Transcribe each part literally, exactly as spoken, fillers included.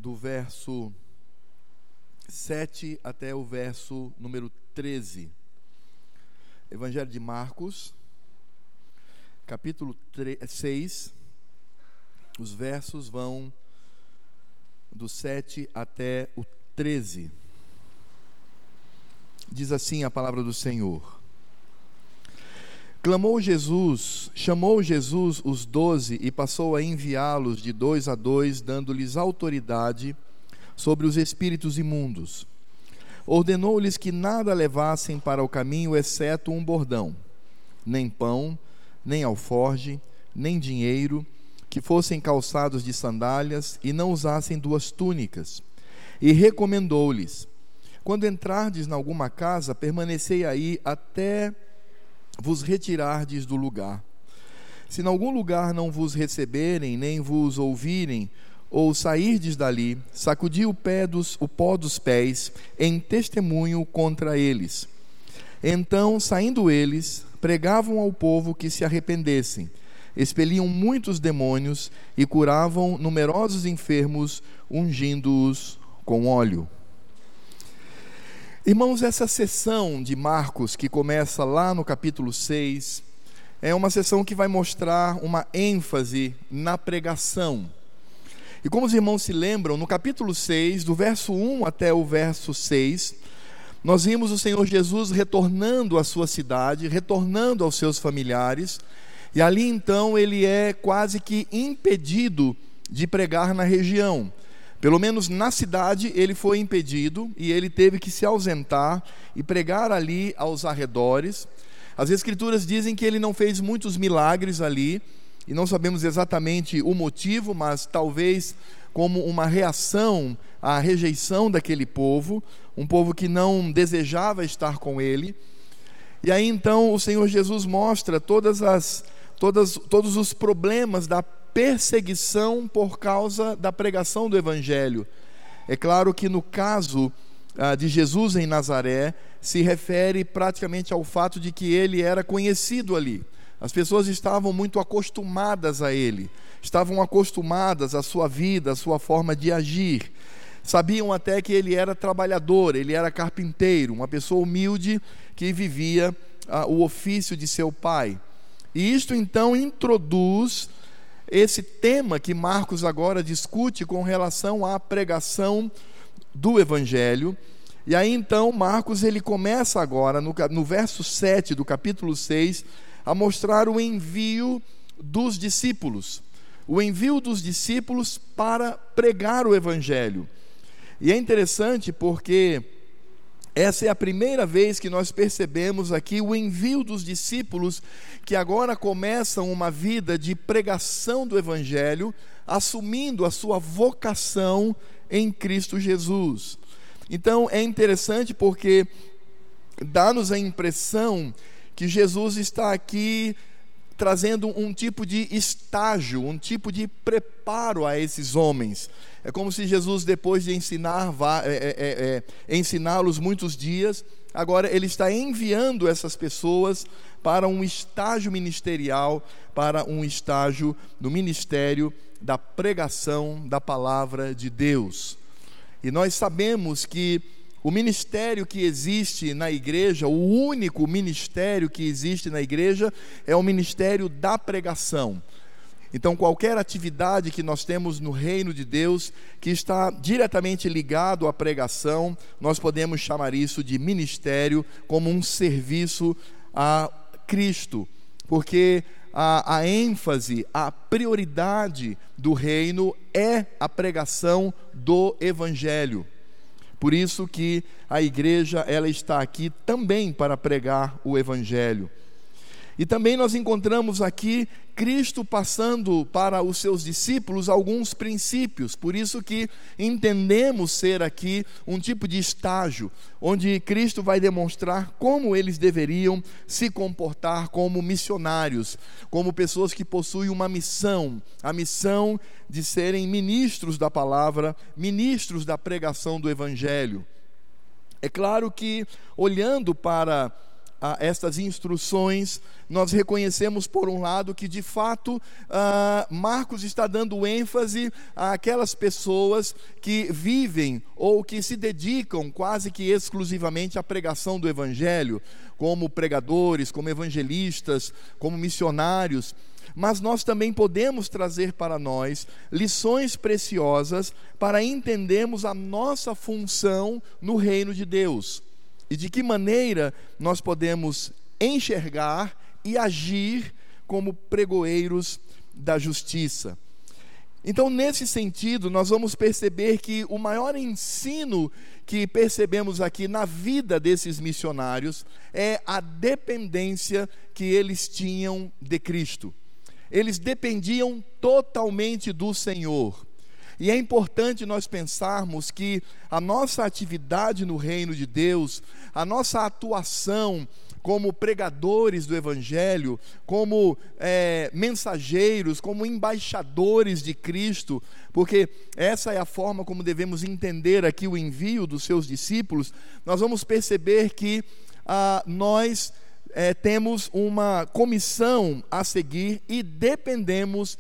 do verso sete até o verso número treze. Evangelho de Marcos, capítulo seis, os versos vão do sete até o treze. Diz assim a palavra do Senhor: Clamou Jesus, chamou Jesus os doze e passou a enviá-los de dois a dois, dando-lhes autoridade sobre os espíritos imundos. Ordenou-lhes que nada levassem para o caminho, exceto um bordão, nem pão, nem alforge, nem dinheiro, que fossem calçados de sandálias, e não usassem duas túnicas. E recomendou-lhes: quando entrardes em alguma casa, permanecei aí até vos retirardes do lugar. Se em algum lugar não vos receberem, nem vos ouvirem, ou sairdes dali, sacudi o, pé dos, o pó dos pés, em testemunho contra eles. Então, saindo eles, pregavam ao povo que se arrependessem, expeliam muitos demônios e curavam numerosos enfermos, ungindo-os com óleo. Irmãos, essa sessão de Marcos, que começa lá no capítulo seis, é uma sessão que vai mostrar uma ênfase na pregação. E como os irmãos se lembram, no capítulo seis, do verso um até o verso seis, nós vimos o Senhor Jesus retornando à sua cidade, retornando aos seus familiares, e ali então ele é quase que impedido de pregar na região. Pelo menos na cidade ele foi impedido e ele teve que se ausentar e pregar ali aos arredores. As escrituras dizem que ele não fez muitos milagres ali, e não sabemos exatamente o motivo, mas talvez como uma reação à rejeição daquele povo, um povo que não desejava estar com ele. E aí então o Senhor Jesus mostra todas as, todas, todos os problemas da perseguição por causa da pregação do Evangelho. É claro que no caso ah, de Jesus em Nazaré, se refere praticamente ao fato de que ele era conhecido ali. As pessoas estavam muito acostumadas a ele, estavam acostumadas à sua vida, à sua forma de agir. Sabiam até que ele era trabalhador, ele era carpinteiro, uma pessoa humilde que vivia ah, o ofício de seu pai. E isto então introduz esse tema que Marcos agora discute com relação à pregação do Evangelho. E aí então Marcos ele começa agora no, no verso sete do capítulo seis a mostrar o envio dos discípulos, o envio dos discípulos para pregar o Evangelho. E é interessante porque essa é a primeira vez que nós percebemos aqui o envio dos discípulos, que agora começam uma vida de pregação do Evangelho, assumindo a sua vocação em Cristo Jesus. Então é interessante porque dá-nos a impressão que Jesus está aqui trazendo um tipo de estágio, um tipo de preparo a esses homens. É como se Jesus, depois de ensinar, é, é, é, ensiná-los muitos dias, agora ele está enviando essas pessoas para um estágio ministerial, para um estágio no ministério da pregação da palavra de Deus. E nós sabemos que o ministério que existe na igreja, o único ministério que existe na igreja, é o ministério da pregação. Então, qualquer atividade que nós temos no reino de Deus, que está diretamente ligado à pregação, nós podemos chamar isso de ministério, como um serviço a Cristo, porque a, a ênfase, a prioridade do reino é a pregação do Evangelho. Por isso que a igreja ela está aqui também para pregar o Evangelho. E também nós encontramos aqui Cristo passando para os seus discípulos alguns princípios. Por isso que entendemos ser aqui um tipo de estágio, onde Cristo vai demonstrar como eles deveriam se comportar como missionários, como pessoas que possuem uma missão, a missão de serem ministros da palavra, ministros da pregação do Evangelho. É claro que, olhando para a estas instruções, nós reconhecemos, por um lado, que de fato uh, Marcos está dando ênfase àquelas pessoas que vivem ou que se dedicam quase que exclusivamente à pregação do Evangelho, como pregadores, como evangelistas, como missionários. Mas nós também podemos trazer para nós lições preciosas para entendermos a nossa função no reino de Deus e de que maneira nós podemos enxergar e agir como pregoeiros da justiça. Então, nesse sentido, nós vamos perceber que o maior ensino que percebemos aqui na vida desses missionários é a dependência que eles tinham de Cristo. Eles dependiam totalmente do Senhor. E é importante nós pensarmos que a nossa atividade no reino de Deus, a nossa atuação como pregadores do Evangelho, como é, mensageiros, como embaixadores de Cristo, porque essa é a forma como devemos entender aqui o envio dos seus discípulos, nós vamos perceber que ah, nós É, temos uma comissão a seguir e dependemos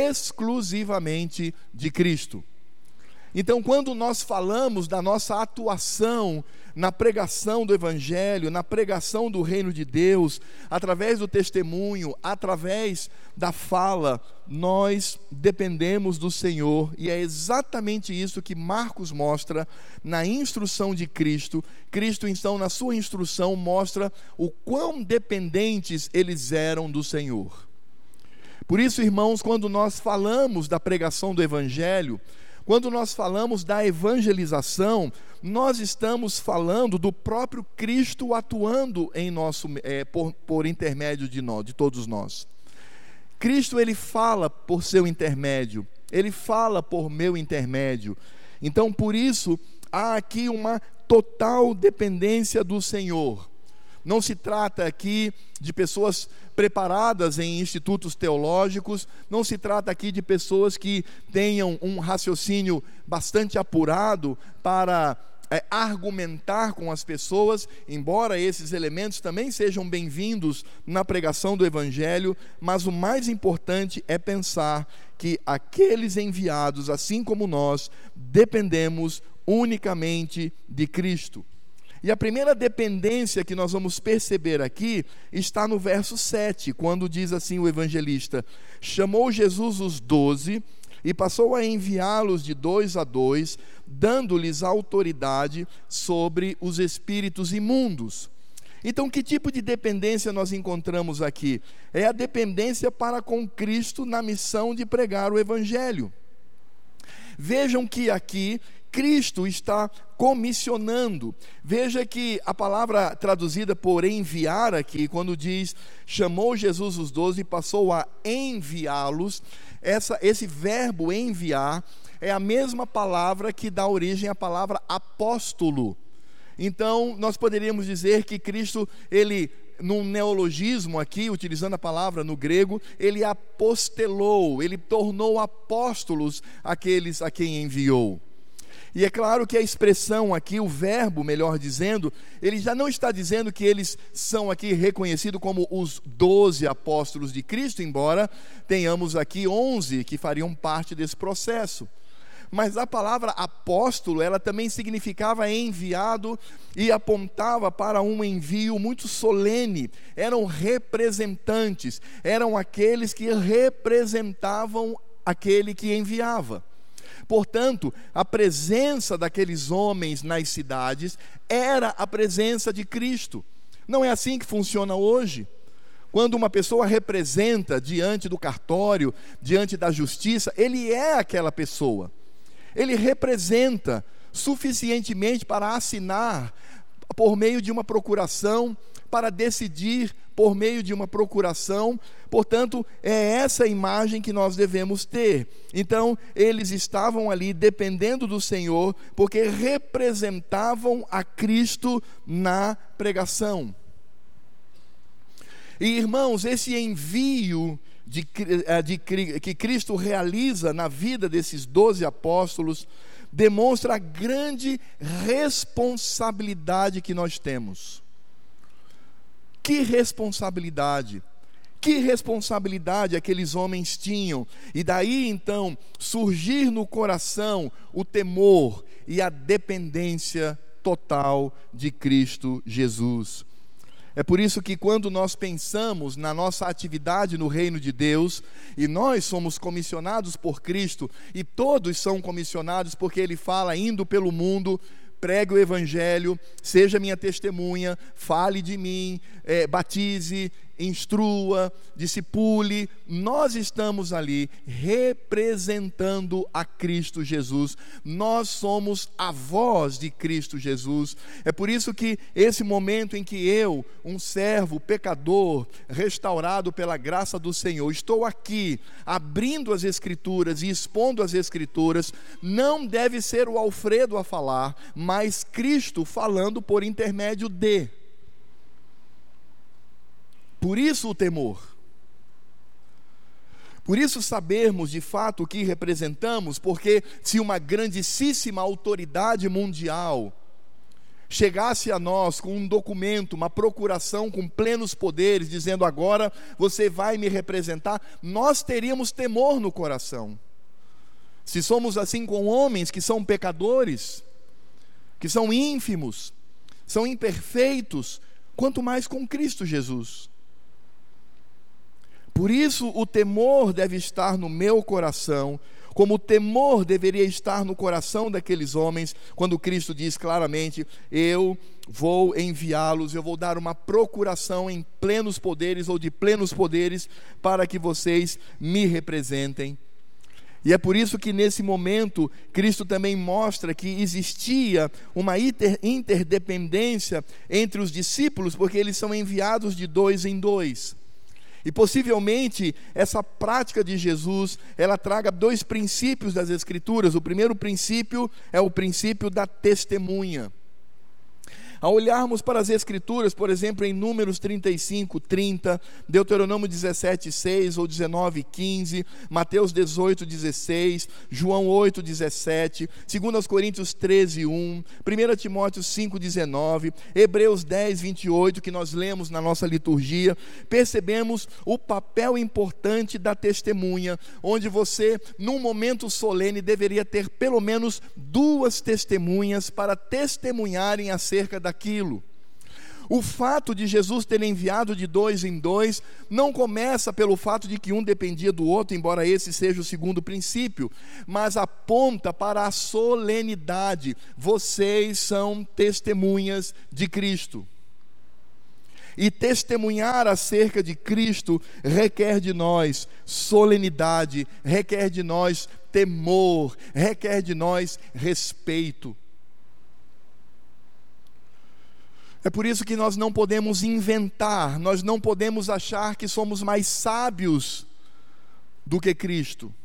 exclusivamente de Cristo. Então, quando nós falamos da nossa atuação na pregação do Evangelho, na pregação do reino de Deus, através do testemunho, através da fala, nós dependemos do Senhor, e é exatamente isso que Marcos mostra na instrução de Cristo. Cristo, então, na sua instrução, mostra o quão dependentes eles eram do Senhor. Por isso, irmãos, quando nós falamos da pregação do Evangelho, quando nós falamos da evangelização, nós estamos falando do próprio Cristo atuando em nosso, é, por, por intermédio de nós, de todos nós. Cristo, ele fala por seu intermédio, ele fala por meu intermédio. Então, por isso, há aqui uma total dependência do Senhor. Não se trata aqui de pessoas preparadas em institutos teológicos, não se trata aqui de pessoas que tenham um raciocínio bastante apurado para é, argumentar com as pessoas, embora esses elementos também sejam bem-vindos na pregação do Evangelho, mas o mais importante é pensar que aqueles enviados, assim como nós, dependemos unicamente de Cristo. E a primeira dependência que nós vamos perceber aqui está no verso sete, quando diz assim o evangelista: chamou Jesus os doze e passou a enviá-los de dois a dois, dando-lhes autoridade sobre os espíritos imundos. Então, que tipo de dependência nós encontramos aqui? É a dependência para com Cristo na missão de pregar o Evangelho. Vejam que aqui Cristo está comissionando. Veja que a palavra traduzida por enviar aqui, quando diz chamou Jesus os doze e passou a enviá-los, essa, esse verbo enviar é a mesma palavra que dá origem à palavra apóstolo. Então, nós poderíamos dizer que Cristo, ele, num neologismo aqui, utilizando a palavra no grego, ele apostelou, ele tornou apóstolos aqueles a quem enviou. E é claro que a expressão aqui, o verbo, melhor dizendo, ele já não está dizendo que eles são aqui reconhecidos como os doze apóstolos de Cristo, embora tenhamos aqui onze que fariam parte desse processo. Mas a palavra apóstolo, ela também significava enviado e apontava para um envio muito solene. Eram representantes, eram aqueles que representavam aquele que enviava. Portanto, a presença daqueles homens nas cidades era a presença de Cristo. Não é assim que funciona hoje. Quando uma pessoa representa diante do cartório, diante da justiça, ele é aquela pessoa. Ele representa suficientemente para assinar por meio de uma procuração, para decidir por meio de uma procuração. Portanto, é essa imagem que nós devemos ter. Então, eles estavam ali dependendo do Senhor, porque representavam a Cristo na pregação. E, irmãos, esse envio de, de, que Cristo realiza na vida desses doze apóstolos demonstra a grande responsabilidade que nós temos. Que responsabilidade! Que responsabilidade aqueles homens tinham, e daí então surgir no coração o temor e a dependência total de Cristo Jesus. É por isso que quando nós pensamos na nossa atividade no reino de Deus, e nós somos comissionados por Cristo, e todos são comissionados porque Ele fala, indo pelo mundo, pregue o Evangelho, seja minha testemunha, fale de mim, é, batize, instrua, discipule. Nós estamos ali representando a Cristo Jesus. Nós somos a voz de Cristo Jesus. É por isso que esse momento em que eu, um servo pecador, restaurado pela graça do Senhor, estou aqui abrindo as Escrituras e expondo as Escrituras, não deve ser o Alfredo a falar, mas Cristo falando por intermédio de. Por isso o temor. Por isso sabermos de fato o que representamos, porque se uma grandíssima autoridade mundial chegasse a nós com um documento, uma procuração com plenos poderes, dizendo agora você vai me representar, nós teríamos temor no coração. Se somos assim com homens que são pecadores, que são ínfimos, são imperfeitos, quanto mais com Cristo Jesus. Por isso o temor deve estar no meu coração, como o temor deveria estar no coração daqueles homens, quando Cristo diz claramente, eu vou enviá-los, eu vou dar uma procuração em plenos poderes, ou de plenos poderes, para que vocês me representem. E é por isso que nesse momento, Cristo também mostra que existia uma inter, interdependência entre os discípulos, porque eles são enviados de dois em dois. E possivelmente essa prática de Jesus, ela traga dois princípios das Escrituras. O primeiro princípio é o princípio da testemunha. Ao olharmos para as Escrituras, por exemplo, em Números trinta e cinco, trinta, Deuteronômio dezessete, seis ou dezenove, quinze, Mateus dezoito, dezesseis, João oito, dezessete, dois Coríntios treze, um, primeiro Timóteo cinco, dezenove, Hebreus dez, vinte e oito, que nós lemos na nossa liturgia, percebemos o papel importante da testemunha, onde você, num momento solene, deveria ter pelo menos duas testemunhas para testemunharem acerca da aquilo. O fato de Jesus ter enviado de dois em dois não começa pelo fato de que um dependia do outro, embora esse seja o segundo princípio, mas aponta para a solenidade. Vocês são testemunhas de Cristo. E testemunhar acerca de Cristo requer de nós solenidade, requer de nós temor, requer de nós respeito. É por isso que nós não podemos inventar, nós não podemos achar que somos mais sábios do que Cristo.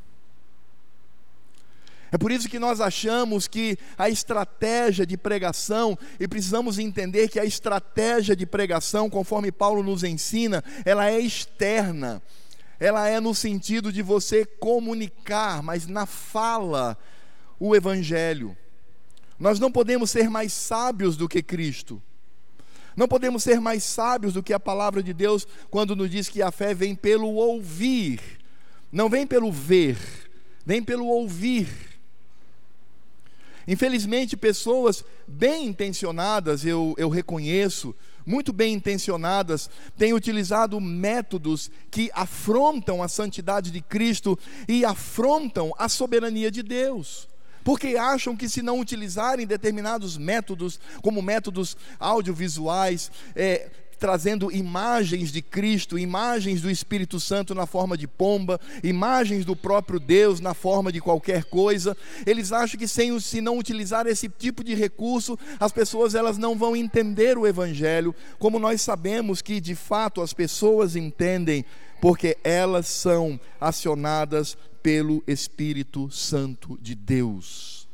É por isso que nós achamos que a estratégia de pregação, e precisamos entender que a estratégia de pregação, conforme Paulo nos ensina, ela é externa, ela é no sentido de você comunicar, mas na fala, o Evangelho. Nós não podemos ser mais sábios do que Cristo. Não podemos ser mais sábios do que a palavra de Deus, quando nos diz que a fé vem pelo ouvir, não vem pelo ver, vem pelo ouvir. Infelizmente, pessoas bem intencionadas, eu, eu reconheço, muito bem intencionadas, têm utilizado métodos que afrontam a santidade de Cristo e afrontam a soberania de Deus. Porque acham que se não utilizarem determinados métodos, como métodos audiovisuais, é, trazendo imagens de Cristo, imagens do Espírito Santo na forma de pomba, imagens do próprio Deus na forma de qualquer coisa, eles acham que sem, se não utilizar esse tipo de recurso, as pessoas elas não vão entender o Evangelho, como nós sabemos que de fato as pessoas entendem, porque elas são acionadas pelo Espírito Santo de Deus.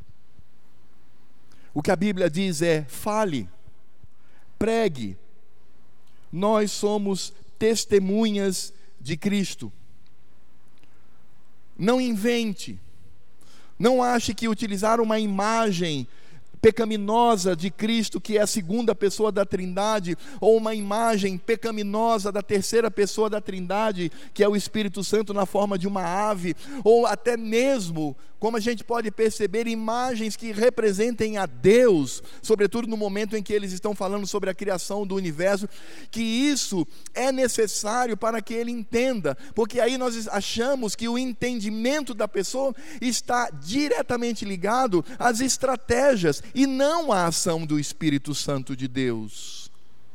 O que a Bíblia diz é: fale, pregue. Nós somos testemunhas de Cristo. Não invente. Não ache que utilizar uma imagem pecaminosa de Cristo, que é a segunda pessoa da Trindade, ou uma imagem pecaminosa da terceira pessoa da Trindade, que é o Espírito Santo na forma de uma ave, ou até mesmo, como a gente pode perceber, imagens que representem a Deus, sobretudo no momento em que eles estão falando sobre a criação do universo, que isso é necessário para que ele entenda, porque aí nós achamos que o entendimento da pessoa está diretamente ligado às estratégias e não à ação do Espírito Santo de Deus.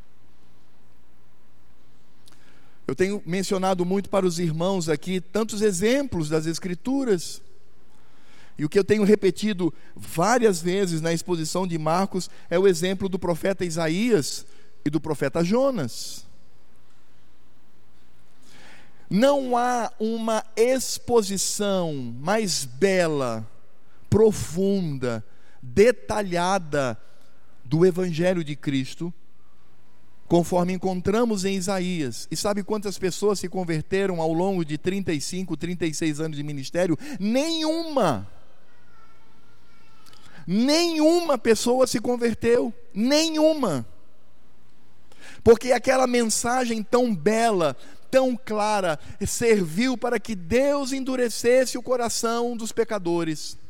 Eu tenho mencionado muito para os irmãos aqui tantos exemplos das Escrituras, e o que eu tenho repetido várias vezes na exposição de Marcos é o exemplo do profeta Isaías e do profeta Jonas. Não há uma exposição mais bela, profunda, detalhada do Evangelho de Cristo, conforme encontramos em Isaías. E sabe quantas pessoas se converteram ao longo de trinta e cinco, trinta e seis anos de ministério? Nenhuma! Nenhuma pessoa se converteu, nenhuma, porque aquela mensagem tão bela, tão clara, serviu para que Deus endurecesse o coração dos pecadores.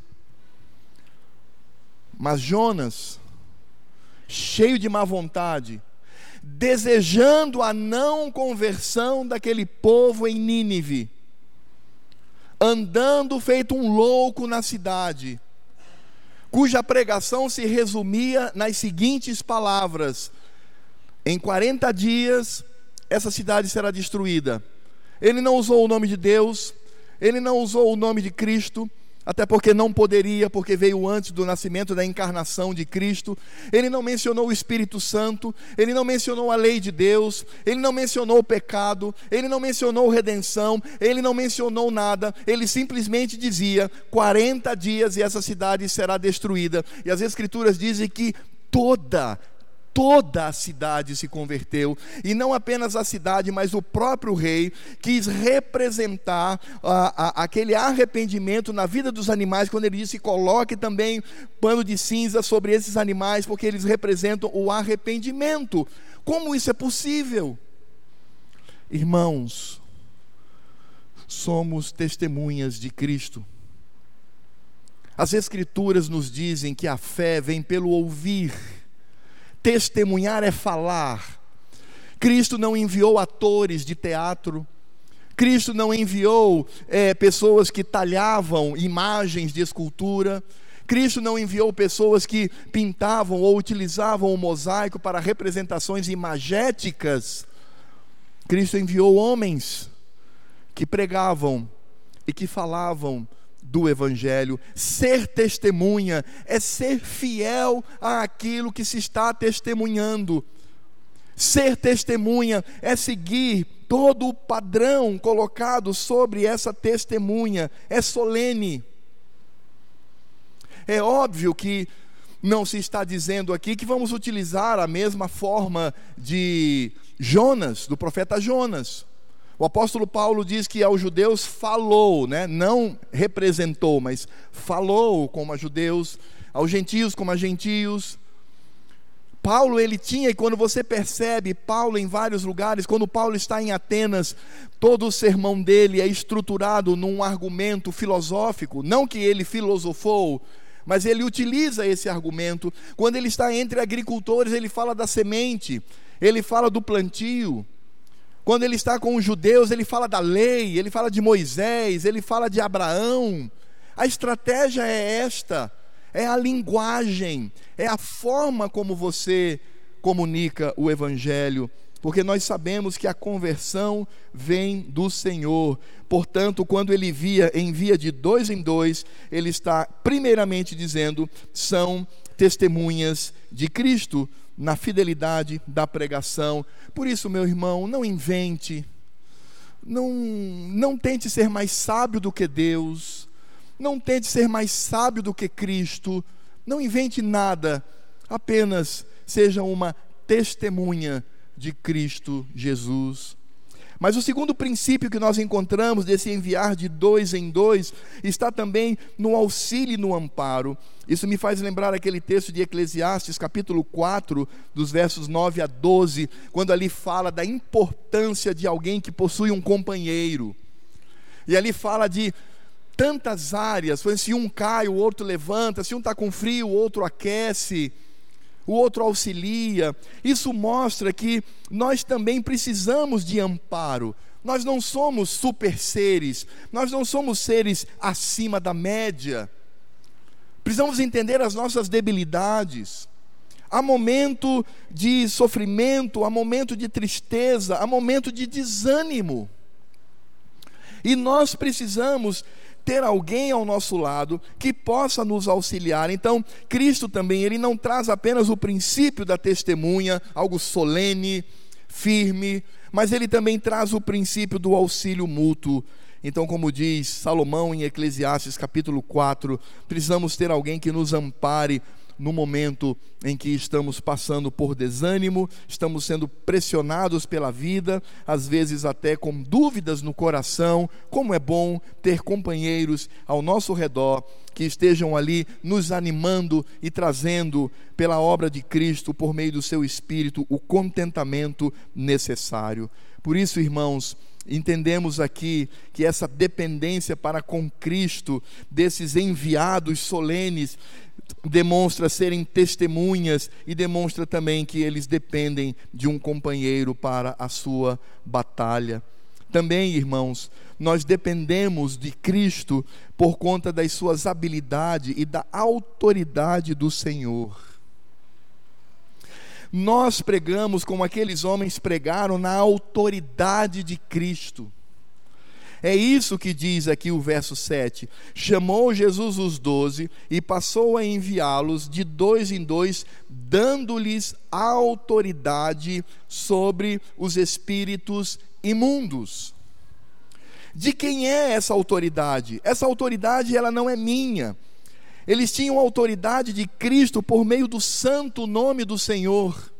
Mas Jonas, cheio de má vontade, desejando a não conversão daquele povo em Nínive, andando feito um louco na cidade, cuja pregação se resumia nas seguintes palavras: em quarenta dias essa cidade será destruída. Ele não usou o nome de Deus, ele não usou o nome de Cristo, até porque não poderia, porque veio antes do nascimento da encarnação de Cristo. Ele não mencionou o Espírito Santo, ele não mencionou a lei de Deus, ele não mencionou o pecado, ele não mencionou redenção, ele não mencionou nada. Ele simplesmente dizia: quarenta dias e essa cidade será destruída. E as Escrituras dizem que toda Toda a cidade se converteu, e não apenas a cidade, mas o próprio rei quis representar a, a, aquele arrependimento na vida dos animais, quando ele disse: coloque também pano de cinza sobre esses animais, porque eles representam o arrependimento. Como isso é possível? Irmãos, somos testemunhas de Cristo. As Escrituras nos dizem que a fé vem pelo ouvir. Testemunhar é falar. Cristo não enviou atores de teatro, Cristo não enviou é, pessoas que talhavam imagens de escultura, Cristo não enviou pessoas que pintavam ou utilizavam o mosaico para representações imagéticas. Cristo enviou homens que pregavam e que falavam do Evangelho. Ser testemunha é ser fiel àquilo que se está testemunhando. Ser testemunha é seguir todo o padrão colocado sobre essa testemunha. É solene. É óbvio que não se está dizendo aqui que vamos utilizar a mesma forma de Jonas, do profeta Jonas. O apóstolo Paulo diz que aos judeus falou, né? Não representou, mas falou como a judeus, aos gentios como a gentios. Paulo, ele tinha, e quando você percebe Paulo em vários lugares, quando Paulo está em Atenas, todo o sermão dele é estruturado num argumento filosófico, não que ele filosofou, mas ele utiliza esse argumento. Quando ele está entre agricultores, ele fala da semente, ele fala do plantio. Quando ele está com os judeus, ele fala da lei, ele fala de Moisés, ele fala de Abraão. A estratégia é esta, é a linguagem, é a forma como você comunica o Evangelho, porque nós sabemos que a conversão vem do Senhor. Portanto, quando ele via, envia de dois em dois, ele está primeiramente dizendo: são testemunhas de Cristo na fidelidade da pregação. Por isso, meu irmão, não invente, não, não tente ser mais sábio do que Deus, não tente ser mais sábio do que Cristo, não invente nada, apenas seja uma testemunha de Cristo Jesus. Mas o segundo princípio que nós encontramos desse enviar de dois em dois está também no auxílio e no amparo. Isso me faz lembrar aquele texto de Eclesiastes, capítulo quatro, dos versos nove a doze, quando ali fala da importância de alguém que possui um companheiro. E ali fala de tantas áreas, se um cai, o outro levanta, se um está com frio, o outro aquece, o outro auxilia. Isso mostra que nós também precisamos de amparo. Nós não somos super seres, nós não somos seres acima da média. Precisamos entender as nossas debilidades. Há momento de sofrimento, há momento de tristeza, há momento de desânimo. E nós precisamos ter alguém ao nosso lado que possa nos auxiliar. Então, Cristo também, Ele não traz apenas o princípio da testemunha, algo solene, firme, mas Ele também traz o princípio do auxílio mútuo. Então, como diz Salomão em Eclesiastes capítulo quatro, precisamos ter alguém que nos ampare no momento em que estamos passando por desânimo, estamos sendo pressionados pela vida, às vezes até com dúvidas no coração. Como é bom ter companheiros ao nosso redor que estejam ali nos animando e trazendo pela obra de Cristo, por meio do seu Espírito, o contentamento necessário. Por isso, irmãos, entendemos aqui que essa dependência para com Cristo, desses enviados solenes, demonstra serem testemunhas e demonstra também que eles dependem de um companheiro para a sua batalha. Também, irmãos, nós dependemos de Cristo por conta das suas habilidades e da autoridade do Senhor. Nós pregamos como aqueles homens pregaram, na autoridade de Cristo. É isso que diz aqui o verso sete. Chamou Jesus os doze e passou a enviá-los de dois em dois, dando-lhes autoridade sobre os espíritos imundos. De quem é essa autoridade? Essa autoridade, ela não é minha. Eles tinham autoridade de Cristo por meio do santo nome do Senhor.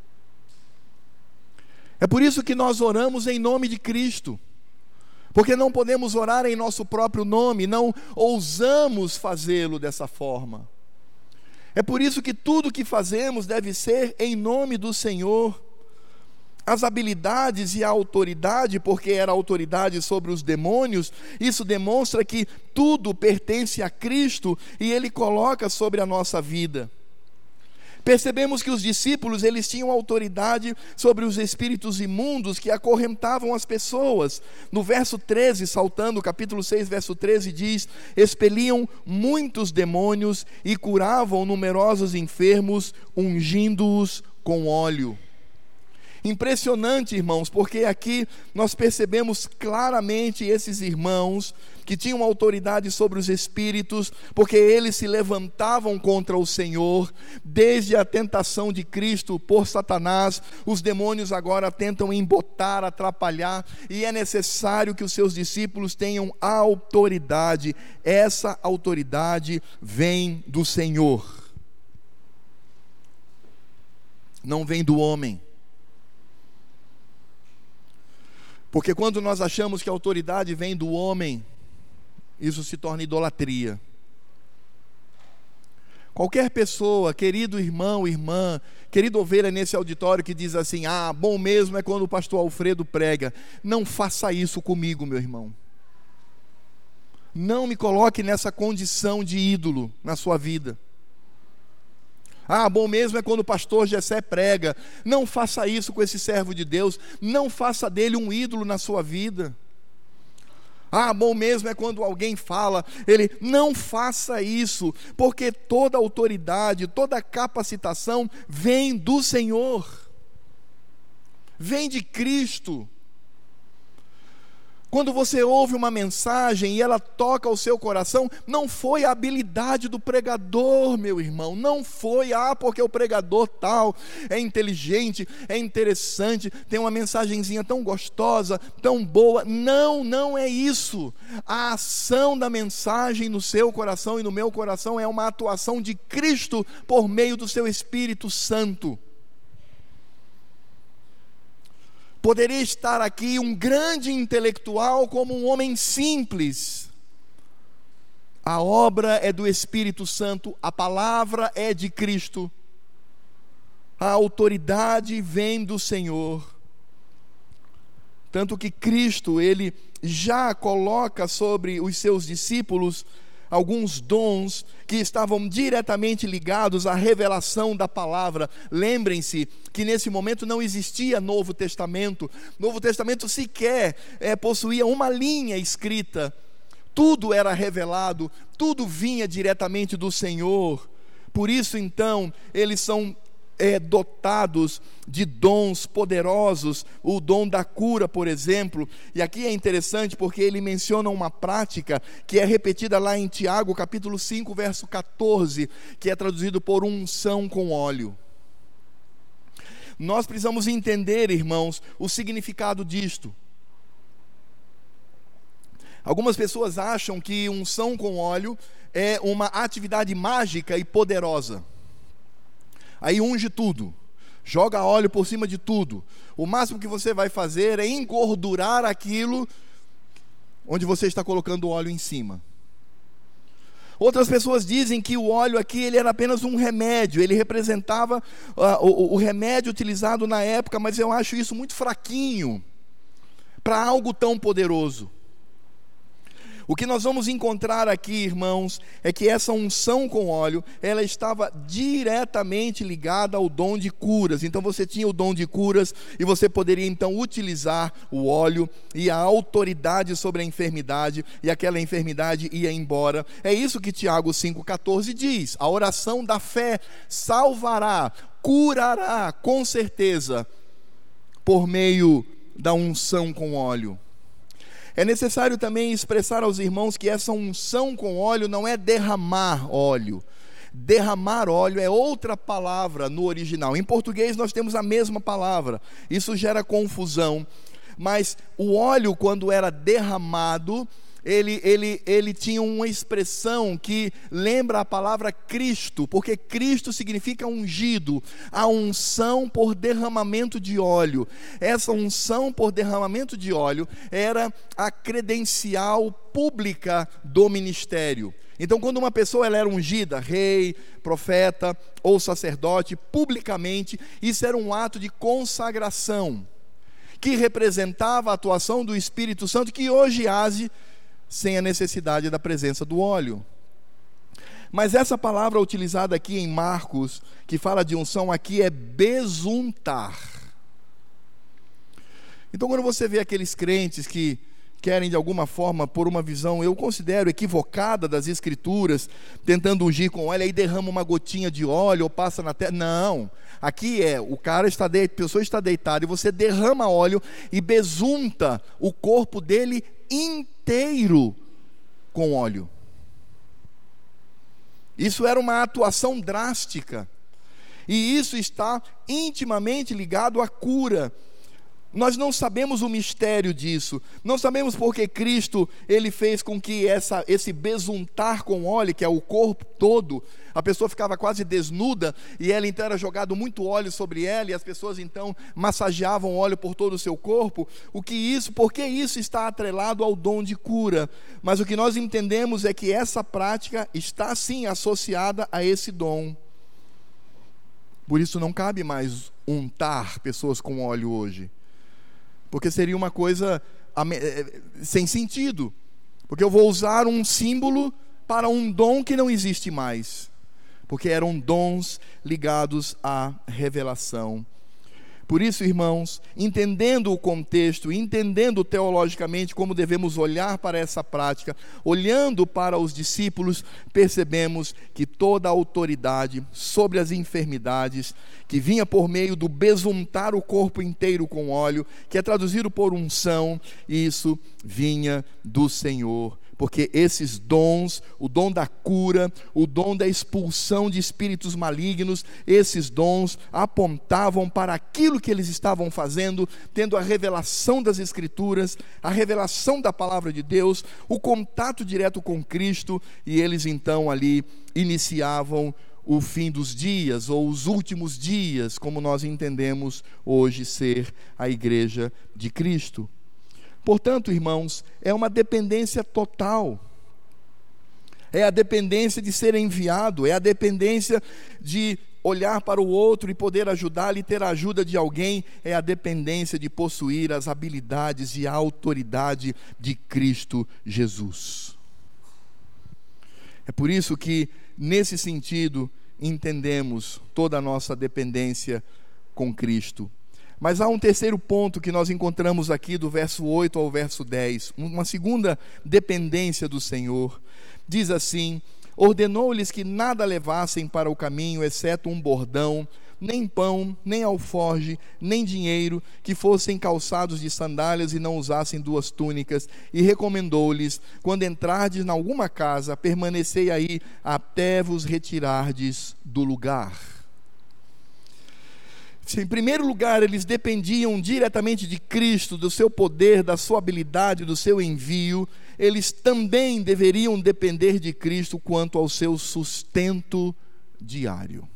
É por isso que nós oramos em nome de Cristo. Porque não podemos orar em nosso próprio nome, não ousamos fazê-lo dessa forma. É por isso que tudo que fazemos deve ser em nome do Senhor. As habilidades e a autoridade, porque era autoridade sobre os demônios, isso demonstra que tudo pertence a Cristo e Ele coloca sobre a nossa vida. Percebemos que os discípulos, eles tinham autoridade sobre os espíritos imundos que acorrentavam as pessoas. No verso treze, saltando, capítulo seis, verso treze, diz: expeliam muitos demônios e curavam numerosos enfermos, ungindo-os com óleo. Impressionante, irmãos, porque aqui nós percebemos claramente esses irmãos que tinham autoridade sobre os espíritos, porque eles se levantavam contra o Senhor. Desde a tentação de Cristo por Satanás, os demônios agora tentam embotar, atrapalhar, e é necessário que os seus discípulos tenham autoridade. Essa autoridade vem do Senhor, não vem do homem. Porque quando nós achamos que a autoridade vem do homem, isso se torna idolatria. Qualquer pessoa, querido irmão, irmã, querido ovelha nesse auditório que diz assim: ah, bom mesmo é quando o pastor Alfredo prega. Não faça isso comigo, meu irmão. Não me coloque nessa condição de ídolo na sua vida. Ah, bom mesmo é quando o pastor Jessé prega. Não faça isso com esse servo de Deus. Não faça dele um ídolo na sua vida. Ah, bom mesmo é quando alguém fala. Ele, não faça isso, porque toda autoridade, toda capacitação vem do Senhor, vem de Cristo. Quando você ouve uma mensagem e ela toca o seu coração, não foi a habilidade do pregador, meu irmão, não foi, ah, porque o pregador tal é inteligente, é interessante, tem uma mensagenzinha tão gostosa, tão boa. Não, não é isso. A ação da mensagem no seu coração e no meu coração é uma atuação de Cristo por meio do seu Espírito Santo. Poderia estar aqui um grande intelectual como um homem simples. A obra é do Espírito Santo, a palavra é de Cristo, a autoridade vem do Senhor. Tanto que Cristo, Ele já coloca sobre os seus discípulos alguns dons que estavam diretamente ligados à revelação da palavra. Lembrem-se que nesse momento não existia Novo Testamento. Novo Testamento sequer é, possuía uma linha escrita. Tudo era revelado, tudo vinha diretamente do Senhor. Por isso então, eles são É, dotados de dons poderosos, o dom da cura, por exemplo. E aqui é interessante porque ele menciona uma prática que é repetida lá em Tiago, capítulo cinco, verso quatorze, que é traduzido por unção com óleo. Nós precisamos entender, irmãos, o significado disto. Algumas pessoas acham que unção com óleo é uma atividade mágica e poderosa. Aí unge tudo, joga óleo por cima de tudo. O máximo que você vai fazer é engordurar aquilo onde você está colocando o óleo em cima. Outras pessoas dizem que o óleo aqui ele era apenas um remédio, ele representava uh, o, o remédio utilizado na época, mas eu acho isso muito fraquinho para algo tão poderoso. O que nós vamos encontrar aqui, irmãos, é que essa unção com óleo, ela estava diretamente ligada ao dom de curas. Então você tinha o dom de curas e você poderia então utilizar o óleo e a autoridade sobre a enfermidade, e aquela enfermidade ia embora. É isso que Tiago cinco, quatorze diz: a oração da fé salvará, curará com certeza, por meio da unção com óleo. É necessário também expressar aos irmãos que essa unção com óleo não é derramar óleo. Derramar óleo é outra palavra no original. Em português nós temos a mesma palavra. Isso gera confusão. Mas o óleo, quando era derramado, ele, ele, ele tinha uma expressão que lembra a palavra Cristo, porque Cristo significa ungido, a unção por derramamento de óleo. Essa unção por derramamento de óleo era a credencial pública do ministério. Então, quando uma pessoa ela era ungida, rei, profeta ou sacerdote, publicamente, isso era um ato de consagração, que representava a atuação do Espírito Santo, que hoje age sem a necessidade da presença do óleo. Mas essa palavra utilizada aqui em Marcos, que fala de unção aqui, é besuntar. Então, quando você vê aqueles crentes que querem de alguma forma, por uma visão, eu considero equivocada das Escrituras, tentando ungir com óleo, aí derrama uma gotinha de óleo ou passa na terra. Não, aqui é, o cara está de, a pessoa está deitada e você derrama óleo e besunta o corpo dele inteiro com óleo. Isso era uma atuação drástica, e isso está intimamente ligado à cura. Nós não sabemos o mistério disso, não sabemos porque Cristo, Ele fez com que essa, esse besuntar com óleo, que é o corpo todo, a pessoa ficava quase desnuda, e ela então era jogado muito óleo sobre ela, e as pessoas então massageavam óleo por todo o seu corpo. O que isso, porque isso está atrelado ao dom de cura, mas o que nós entendemos é que essa prática está sim associada a esse dom. Por isso não cabe mais untar pessoas com óleo hoje, porque seria uma coisa sem sentido, porque eu vou usar um símbolo para um dom que não existe mais, porque eram dons ligados à revelação. Por isso, irmãos, entendendo o contexto, entendendo teologicamente como devemos olhar para essa prática, olhando para os discípulos, percebemos que toda a autoridade sobre as enfermidades, que vinha por meio do besuntar o corpo inteiro com óleo, que é traduzido por unção, isso vinha do Senhor. Porque esses dons, o dom da cura, o dom da expulsão de espíritos malignos, esses dons apontavam para aquilo que eles estavam fazendo, tendo a revelação das Escrituras, a revelação da palavra de Deus, o contato direto com Cristo, e eles então ali iniciavam o fim dos dias, ou os últimos dias, como nós entendemos hoje ser a igreja de Cristo. Portanto, irmãos, é uma dependência total. É a dependência de ser enviado, é a dependência de olhar para o outro e poder ajudá-lo e ter a ajuda de alguém, é a dependência de possuir as habilidades e a autoridade de Cristo Jesus. É por isso que, nesse sentido, entendemos toda a nossa dependência com Cristo. Mas há um terceiro ponto que nós encontramos aqui do verso oito ao verso dez, uma segunda dependência do Senhor. Diz assim: ordenou-lhes que nada levassem para o caminho, exceto um bordão, nem pão, nem alforge, nem dinheiro, que fossem calçados de sandálias e não usassem duas túnicas, e recomendou-lhes: quando entrardes em alguma casa, permanecei aí até vos retirardes do lugar. Se, em primeiro lugar, eles dependiam diretamente de Cristo, do seu poder, da sua habilidade, do seu envio, eles também deveriam depender de Cristo quanto ao seu sustento diário.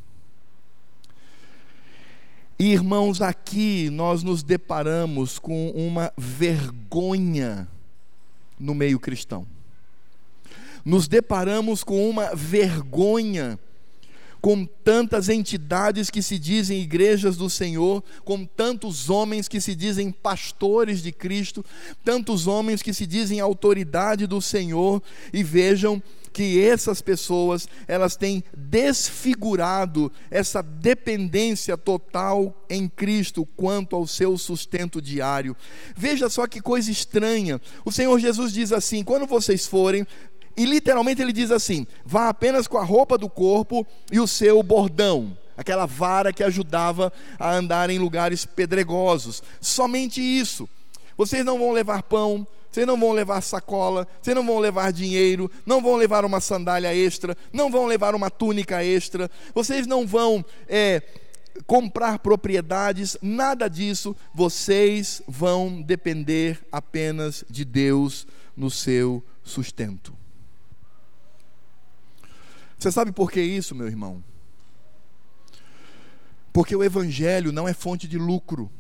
E, irmãos, aqui nós nos deparamos com uma vergonha no meio cristão. Nos deparamos com uma vergonha com tantas entidades que se dizem igrejas do Senhor, com tantos homens que se dizem pastores de Cristo, tantos homens que se dizem autoridade do Senhor, e vejam que essas pessoas, elas têm desfigurado essa dependência total em Cristo quanto ao seu sustento diário. Veja só que coisa estranha. O Senhor Jesus diz assim: quando vocês forem, e literalmente ele diz assim: vá apenas com a roupa do corpo e o seu bordão, aquela vara que ajudava a andar em lugares pedregosos, somente isso. Vocês não vão levar pão, vocês não vão levar sacola, vocês não vão levar dinheiro, não vão levar uma sandália extra, não vão levar uma túnica extra, vocês não vão é, comprar propriedades, nada disso. Vocês vão depender apenas de Deus no seu sustento. Você sabe por que isso, meu irmão? Porque o Evangelho não é fonte de lucro.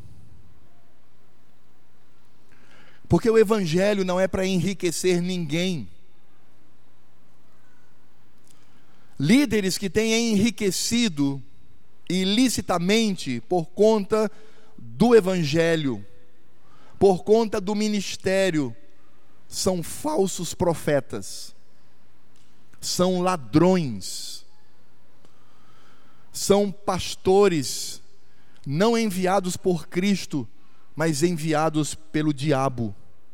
Porque o Evangelho não é para enriquecer ninguém. Líderes que têm enriquecido ilicitamente por conta do Evangelho, por conta do ministério, são falsos profetas, são ladrões, são pastores não enviados por Cristo, mas enviados pelo diabo,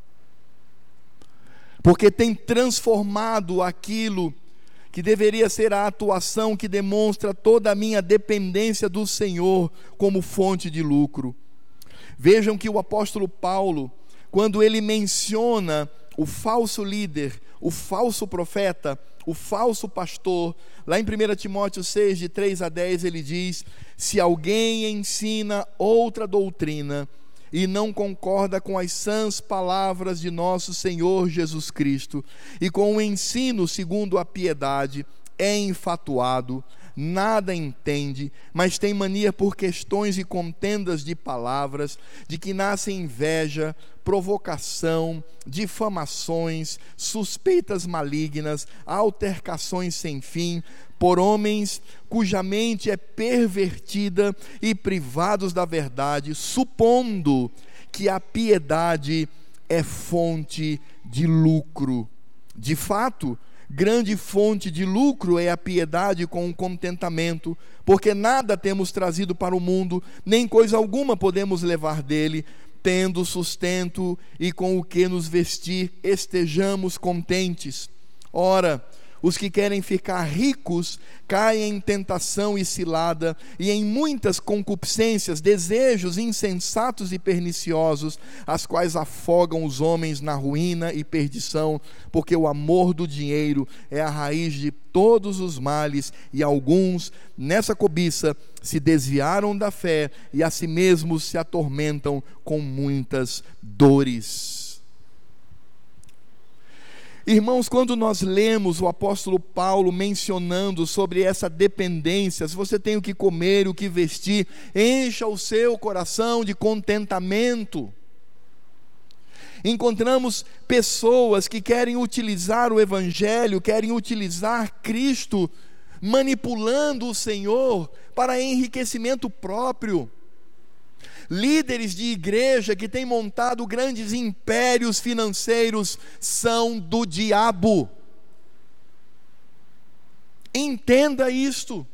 porque tem transformado aquilo que deveria ser a atuação que demonstra toda a minha dependência do Senhor como fonte de lucro. Vejam que o apóstolo Paulo, quando ele menciona o falso líder, o falso profeta, o falso pastor, lá em primeiro Timóteo seis, de três a dez, ele diz: se alguém ensina outra doutrina e não concorda com as sãs palavras de nosso Senhor Jesus Cristo, e com o ensino segundo a piedade, é enfatuado, nada entende, mas tem mania por questões e contendas de palavras, de que nasce inveja, provocação, difamações, suspeitas malignas, altercações sem fim, por homens cuja mente é pervertida e privados da verdade, supondo que a piedade é fonte de lucro. De fato, grande fonte de lucro é a piedade com o contentamento, porque nada temos trazido para o mundo, nem coisa alguma podemos levar dele. Tendo sustento e com o que nos vestir, estejamos contentes. Ora, os que querem ficar ricos caem em tentação e cilada, e em muitas concupiscências, desejos insensatos e perniciosos, as quais afogam os homens na ruína e perdição, porque o amor do dinheiro é a raiz de todos os males, e alguns, nessa cobiça, se desviaram da fé e a si mesmos se atormentam com muitas dores. Irmãos, quando nós lemos o apóstolo Paulo mencionando sobre essa dependência, se você tem o que comer, o que vestir, encha o seu coração de contentamento. Encontramos pessoas que querem utilizar o Evangelho, querem utilizar Cristo, manipulando o Senhor para enriquecimento próprio. Líderes de igreja que têm montado grandes impérios financeiros são do diabo. Entenda isto.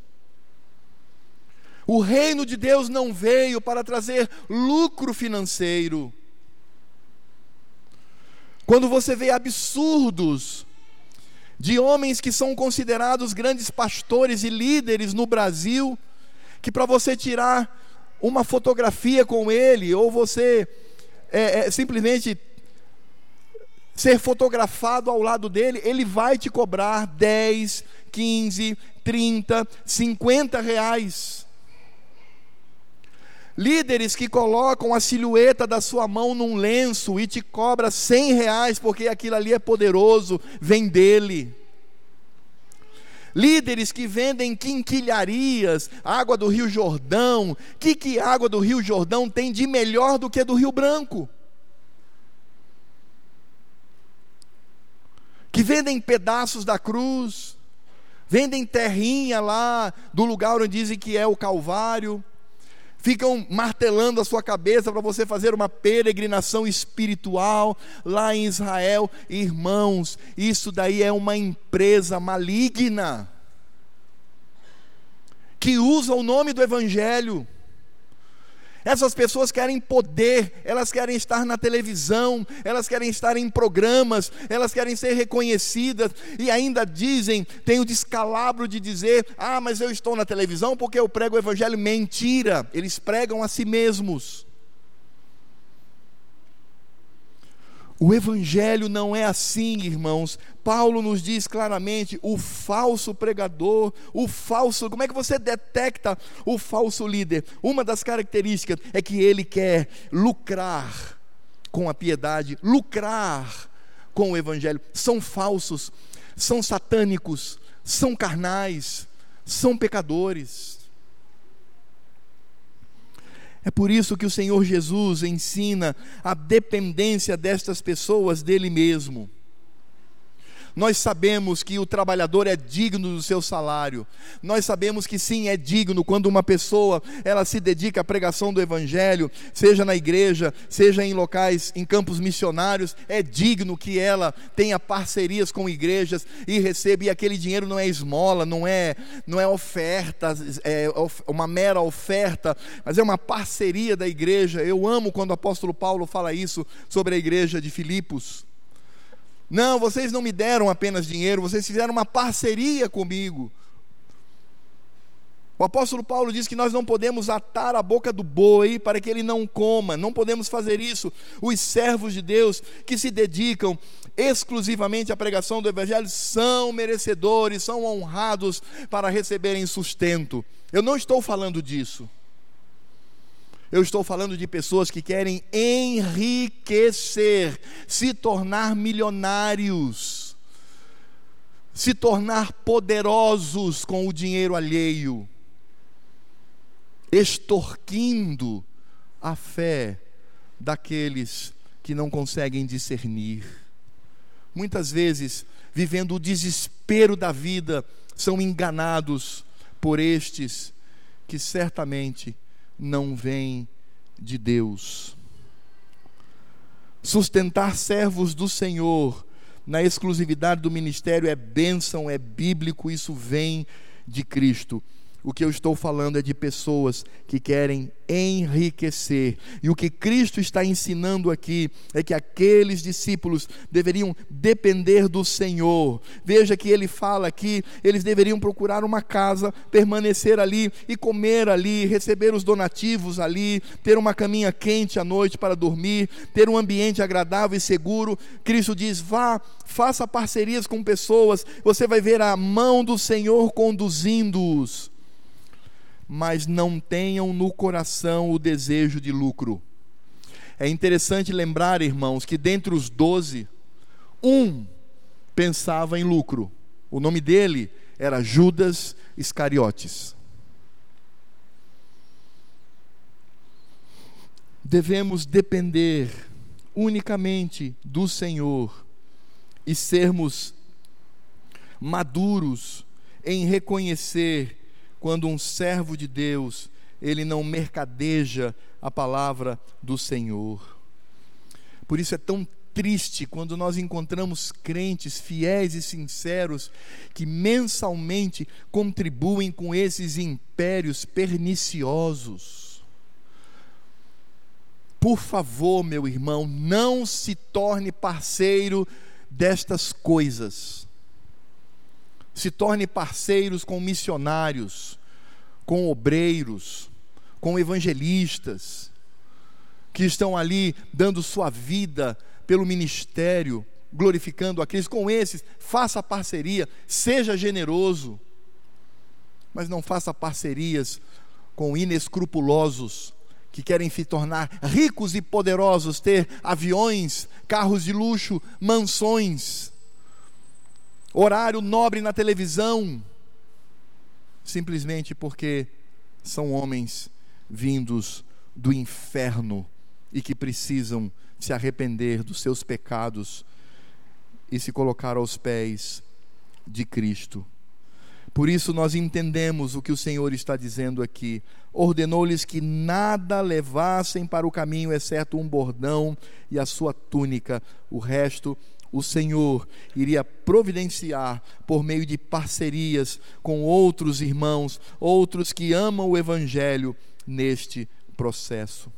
O reino de Deus não veio para trazer lucro financeiro. Quando você vê absurdos de homens que são considerados grandes pastores e líderes no Brasil, que para você tirar uma fotografia com ele, ou você é, é, simplesmente ser fotografado ao lado dele, ele vai te cobrar dez, quinze, trinta, cinquenta reais. Líderes que colocam a silhueta da sua mão num lenço e te cobra cem reais, porque aquilo ali é poderoso, vem dele. Líderes que vendem quinquilharias, água do Rio Jordão. O que, que a água do Rio Jordão tem de melhor do que a do Rio Branco? Que vendem pedaços da cruz, vendem terrinha lá do lugar onde dizem que é o Calvário, ficam martelando a sua cabeça para você fazer uma peregrinação espiritual lá em Israel. Irmãos, isso daí é uma empresa maligna que usa o nome do Evangelho. Essas pessoas querem poder, elas querem estar na televisão, elas querem estar em programas, elas querem ser reconhecidas, e ainda dizem, tem o descalabro de dizer: ah, mas eu estou na televisão porque eu prego o Evangelho. Mentira, eles pregam a si mesmos. O Evangelho não é assim, irmãos. Paulo nos diz claramente: o falso pregador, o falso, como é que você detecta o falso líder? Uma das características é que ele quer lucrar com a piedade, lucrar com o Evangelho. São falsos, são satânicos, são carnais, são pecadores. É por isso que o Senhor Jesus ensina a dependência destas pessoas dele mesmo. Nós sabemos que o trabalhador é digno do seu salário. Nós sabemos que sim, é digno quando uma pessoa ela se dedica à pregação do Evangelho, seja na igreja, seja em locais, em campos missionários. É digno que ela tenha parcerias com igrejas e receba, e aquele dinheiro não é esmola, não é, não é oferta, é uma mera oferta, mas é uma parceria da igreja. Eu amo quando o apóstolo Paulo fala isso sobre a igreja de Filipos. Não, vocês não me deram apenas dinheiro, vocês fizeram uma parceria comigo. O apóstolo Paulo diz que nós não podemos atar a boca do boi para que ele não coma, não podemos fazer isso. Os servos de Deus que se dedicam exclusivamente à pregação do Evangelho são merecedores, são honrados para receberem sustento. Eu não estou falando disso. Eu estou falando de pessoas que querem enriquecer, se tornar milionários, se tornar poderosos com o dinheiro alheio, extorquindo a fé daqueles que não conseguem discernir. Muitas vezes, vivendo o desespero da vida, são enganados por estes que certamente não vem de Deus. Sustentar servos do Senhor na exclusividade do ministério é bênção, é bíblico, isso vem de Cristo. O que eu estou falando é de pessoas que querem enriquecer. E o que Cristo está ensinando aqui é que aqueles discípulos deveriam depender do Senhor. Veja que ele fala aqui, eles deveriam procurar uma casa, permanecer ali e comer ali, receber os donativos ali, ter uma caminha quente à noite para dormir, ter um ambiente agradável e seguro. Cristo diz: vá, faça parcerias com pessoas, você vai ver a mão do Senhor conduzindo-os. Mas não tenham no coração o desejo de lucro. É interessante lembrar, irmãos, que dentre os doze, um pensava em lucro. O nome dele era Judas Iscariotes. Devemos depender unicamente do Senhor e sermos maduros em reconhecer quando um servo de Deus, ele não mercadeja a palavra do Senhor. Por isso é tão triste quando nós encontramos crentes fiéis e sinceros que mensalmente contribuem com esses impérios perniciosos. Por favor, meu irmão, não se torne parceiro destas coisas. Se torne parceiros com missionários, com obreiros, com evangelistas, que estão ali dando sua vida pelo ministério, glorificando a Cristo. Com esses, faça parceria, seja generoso, mas não faça parcerias com inescrupulosos, que querem se tornar ricos e poderosos, ter aviões, carros de luxo, mansões, horário nobre na televisão, simplesmente porque são homens vindos do inferno e que precisam se arrepender dos seus pecados e se colocar aos pés de Cristo. Por isso nós entendemos o que o Senhor está dizendo aqui. Ordenou-lhes que nada levassem para o caminho, exceto um bordão e a sua túnica. O resto, o Senhor iria providenciar por meio de parcerias com outros irmãos, outros que amam o Evangelho neste processo.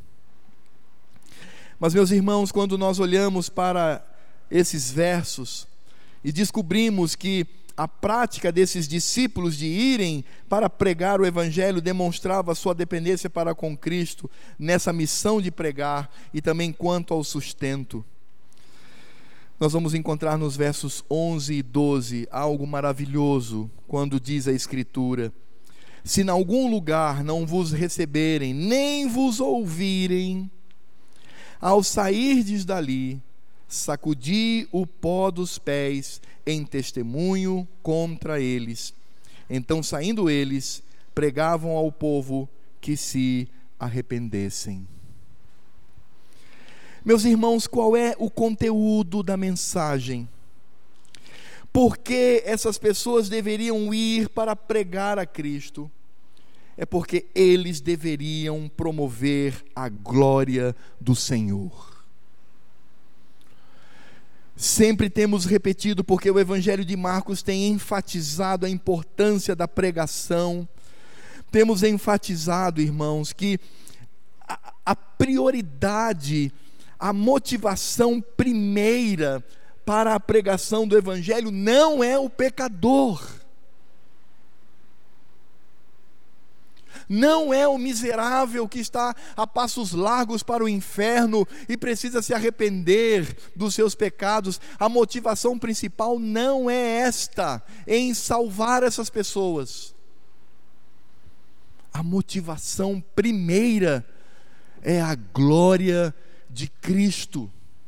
Mas, meus irmãos, quando nós olhamos para esses versos e descobrimos que a prática desses discípulos de irem para pregar o Evangelho demonstrava sua dependência para com Cristo nessa missão de pregar e também quanto ao sustento. Nós vamos encontrar nos versos onze e doze algo maravilhoso quando diz a Escritura: se em algum lugar não vos receberem, nem vos ouvirem, ao sairdes dali, sacudi o pó dos pés em testemunho contra eles. Então, saindo eles, pregavam ao povo que se arrependessem. Meus irmãos, qual é o conteúdo da mensagem? Por que essas pessoas deveriam ir para pregar a Cristo? É porque eles deveriam promover a glória do Senhor. Sempre temos repetido, porque o Evangelho de Marcos tem enfatizado a importância da pregação. Temos enfatizado, irmãos, que a, a prioridade, a motivação primeira para a pregação do Evangelho não é o pecador. Não é o miserável que está a passos largos para o inferno e precisa se arrepender dos seus pecados. A motivação principal não é esta, em salvar essas pessoas. A motivação primeira é a glória de Cristo.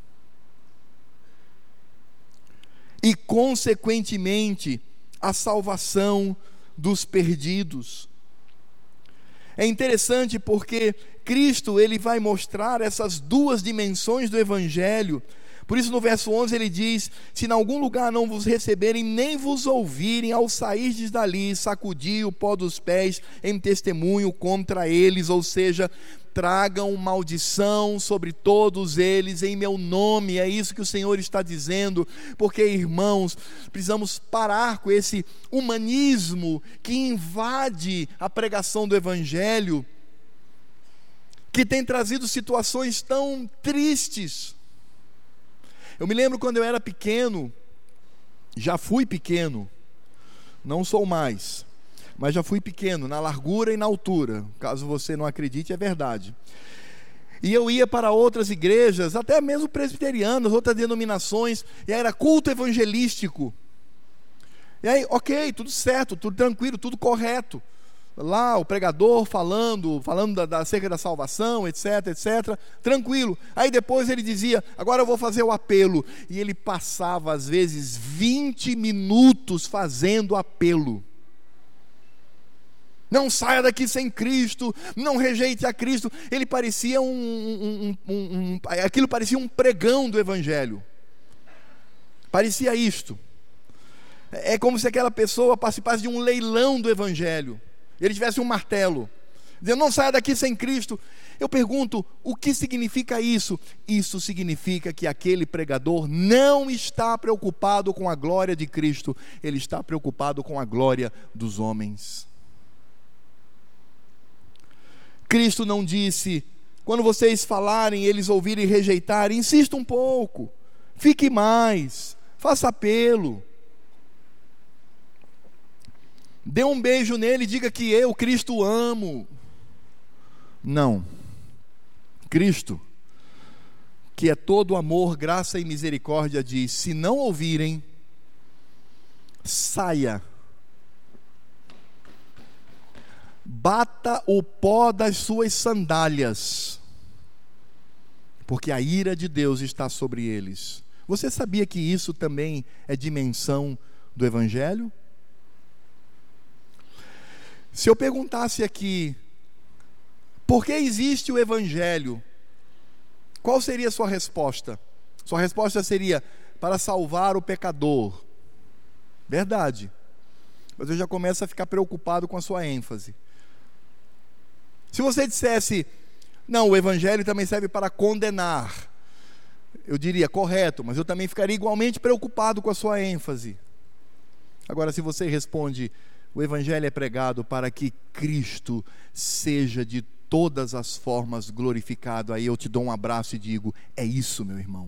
E, consequentemente, a salvação dos perdidos. É interessante porque Cristo, ele vai mostrar essas duas dimensões do Evangelho. Por isso no verso onze ele diz: se em algum lugar não vos receberem, nem vos ouvirem, ao sairdes dali, sacudi o pó dos pés em testemunho contra eles. Ou seja, tragam maldição sobre todos eles em meu nome. É isso que o Senhor está dizendo. Porque, irmãos, precisamos parar com esse humanismo que invade a pregação do Evangelho, que tem trazido situações tão tristes. Eu me lembro quando eu era pequeno, já fui pequeno, não sou mais, mas já fui pequeno, na largura e na altura, caso você não acredite, é verdade. E eu ia para outras igrejas, até mesmo presbiterianas, outras denominações, e aí era culto evangelístico. E aí, ok, tudo certo, tudo tranquilo, tudo correto. lá o pregador falando, falando da, da, acerca da salvação, etc, etc, tranquilo. Aí depois ele dizia, agora eu vou fazer o apelo. E ele passava às vezes vinte minutos fazendo apelo. Não saia daqui sem Cristo, não rejeite a Cristo. Ele parecia um, um, um, um, um aquilo parecia um pregão do Evangelho. Parecia isto. É como se aquela pessoa participasse de um leilão do Evangelho. Ele tivesse um martelo, dizendo, não saia daqui sem Cristo. Eu pergunto, o que significa isso? Isso significa que aquele pregador não está preocupado com a glória de Cristo, ele está preocupado com a glória dos homens. Cristo não disse, quando vocês falarem, eles ouvirem e rejeitarem, insista um pouco, fique mais, faça apelo. Dê um beijo nele e diga que eu, Cristo, amo. Não. Cristo, que é todo amor, graça e misericórdia, diz, se não ouvirem, saia. Bata o pó das suas sandálias, porque a ira de Deus está sobre eles. Você sabia que isso também é dimensão do Evangelho? Se eu perguntasse aqui, por que existe o Evangelho? Qual seria a sua resposta? Sua resposta seria, para salvar o pecador. Verdade. Mas eu já começo a ficar preocupado com a sua ênfase. Se você dissesse, não, o Evangelho também serve para condenar, eu diria, correto, mas eu também ficaria igualmente preocupado com a sua ênfase. Agora, se você responde, o Evangelho é pregado para que Cristo seja de todas as formas glorificado, aí eu te dou um abraço e digo, é isso, meu irmão.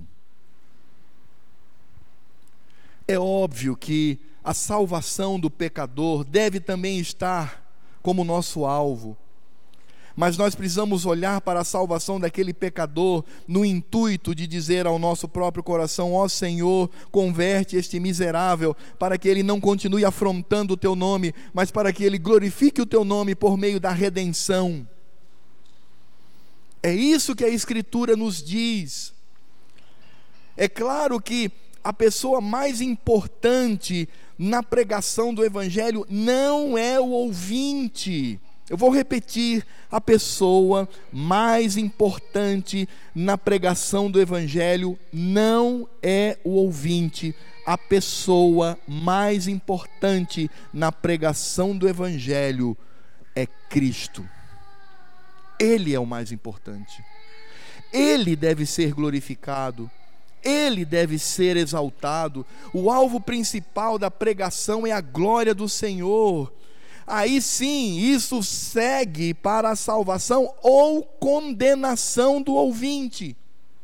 É óbvio que a salvação do pecador deve também estar como nosso alvo, mas nós precisamos olhar para a salvação daquele pecador no intuito de dizer ao nosso próprio coração, ó Senhor, converte este miserável, para que ele não continue afrontando o teu nome, mas para que ele glorifique o teu nome por meio da redenção. É isso que a Escritura nos diz. É claro que a pessoa mais importante na pregação do Evangelho não é o ouvinte. Eu vou repetir, a pessoa mais importante na pregação do Evangelho não é o ouvinte. A pessoa mais importante na pregação do Evangelho é Cristo. Ele é o mais importante. Ele deve ser glorificado. Ele deve ser exaltado. O alvo principal da pregação é a glória do Senhor. Aí sim, isso segue para a salvação ou condenação do ouvinte.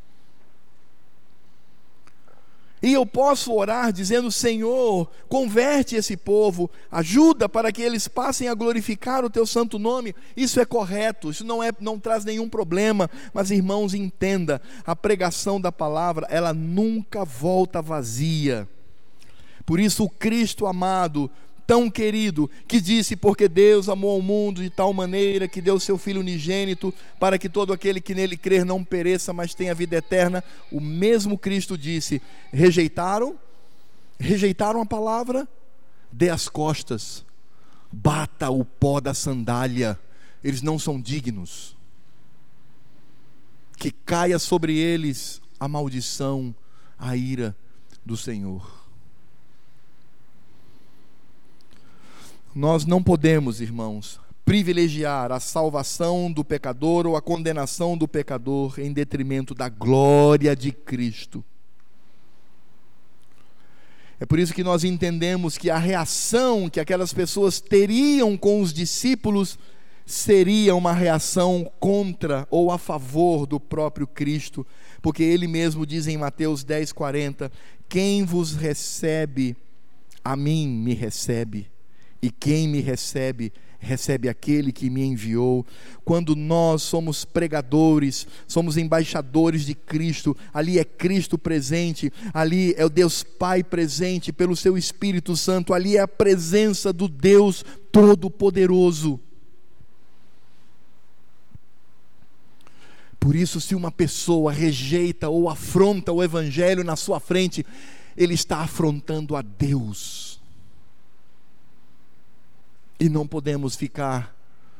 E eu posso orar dizendo, Senhor, converte esse povo, ajuda para que eles passem a glorificar o teu santo nome. Isso é correto, isso não, é, não traz nenhum problema. Mas irmãos, entenda, a pregação da palavra, ela nunca volta vazia. Por isso o Cristo amado, tão querido, que disse, porque Deus amou o mundo de tal maneira que deu seu Filho unigênito, para que todo aquele que nele crer não pereça, mas tenha vida eterna. O mesmo Cristo disse, rejeitaram, rejeitaram a palavra, dê as costas, bata o pó da sandália, eles não são dignos, que caia sobre eles a maldição, a ira do Senhor. Nós não podemos, irmãos, privilegiar a salvação do pecador ou a condenação do pecador em detrimento da glória de Cristo. É por isso que nós entendemos que a reação que aquelas pessoas teriam com os discípulos seria uma reação contra ou a favor do próprio Cristo, porque ele mesmo diz em Mateus dez, quarenta, quem vos recebe, a mim me recebe. E quem me recebe, recebe aquele que me enviou. Quando nós somos pregadores, somos embaixadores de Cristo, ali é Cristo presente, ali é o Deus Pai presente pelo seu Espírito Santo, ali é a presença do Deus Todo-Poderoso. Por isso, se uma pessoa rejeita ou afronta o Evangelho na sua frente, ele está afrontando a Deus. E não podemos ficar